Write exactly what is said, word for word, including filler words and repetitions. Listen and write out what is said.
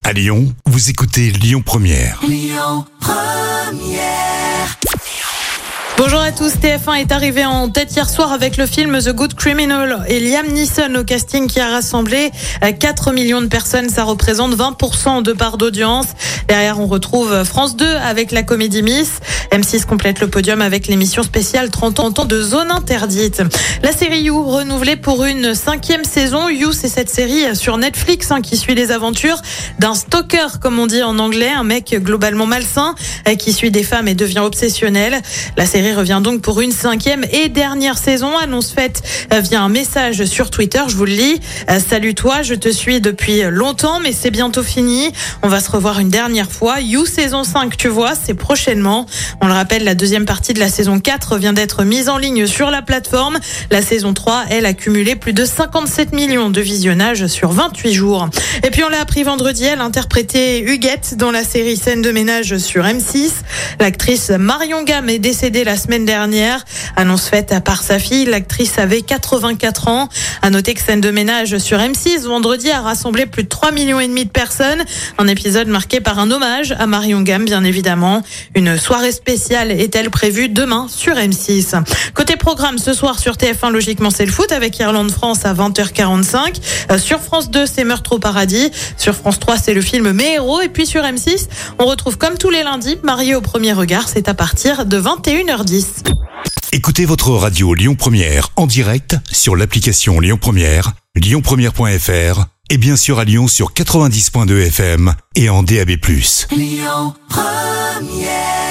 À Lyon, vous écoutez Lyon Première. Lyon Première. Bonjour à tous, T F un est arrivé en tête hier soir avec le film The Good Criminal et Liam Neeson au casting qui a rassemblé quatre millions de personnes. Ça représente vingt pour cent de part d'audience. Derrière, on retrouve France deux avec la comédie Miss. M six complète le podium avec l'émission spéciale trente ans de zone interdite. La série You, renouvelée pour une cinquième saison. You, c'est cette série sur Netflix hein, qui suit les aventures d'un stalker, comme on dit en anglais, un mec globalement malsain qui suit des femmes et devient obsessionnel. La série revient donc pour une cinquième et dernière saison. Annonce faite via un message sur Twitter. Je vous le lis. Salut toi, je te suis depuis longtemps, mais c'est bientôt fini. On va se revoir une dernière fois. You saison cinq, tu vois, c'est prochainement. On le rappelle, la deuxième partie de la saison quatre vient d'être mise en ligne sur la plateforme. La saison trois, elle, a cumulé plus de cinquante-sept millions de visionnages sur vingt-huit jours. Et puis on l'a appris vendredi, elle interprétait Huguette dans la série Scène de ménage sur M six. L'actrice Marion Gamme est décédée la semaine dernière. Annonce faite par sa fille, l'actrice avait quatre-vingt-quatre ans. À noter que Scène de ménage sur M six, vendredi, a rassemblé plus de trois millions et demi de personnes. Un épisode marqué par un hommage à Marion Gamme, bien évidemment. Une soirée spéciale est-elle prévue demain sur M six. Côté programme, ce soir sur T F un, logiquement, c'est le foot avec Irlande-France à vingt heures quarante-cinq. Euh, sur France deux, c'est Meurtre au paradis. Sur France trois, c'est le film Mes héros. Et puis sur M six, on retrouve comme tous les lundis, Marié au premier regard. C'est à partir de vingt et une heures dix. Écoutez votre radio Lyon Première en direct sur l'application Lyon Première, lyon première point f r et bien sûr à Lyon sur quatre-vingt-dix virgule deux F M et en D A B plus. Lyon Première.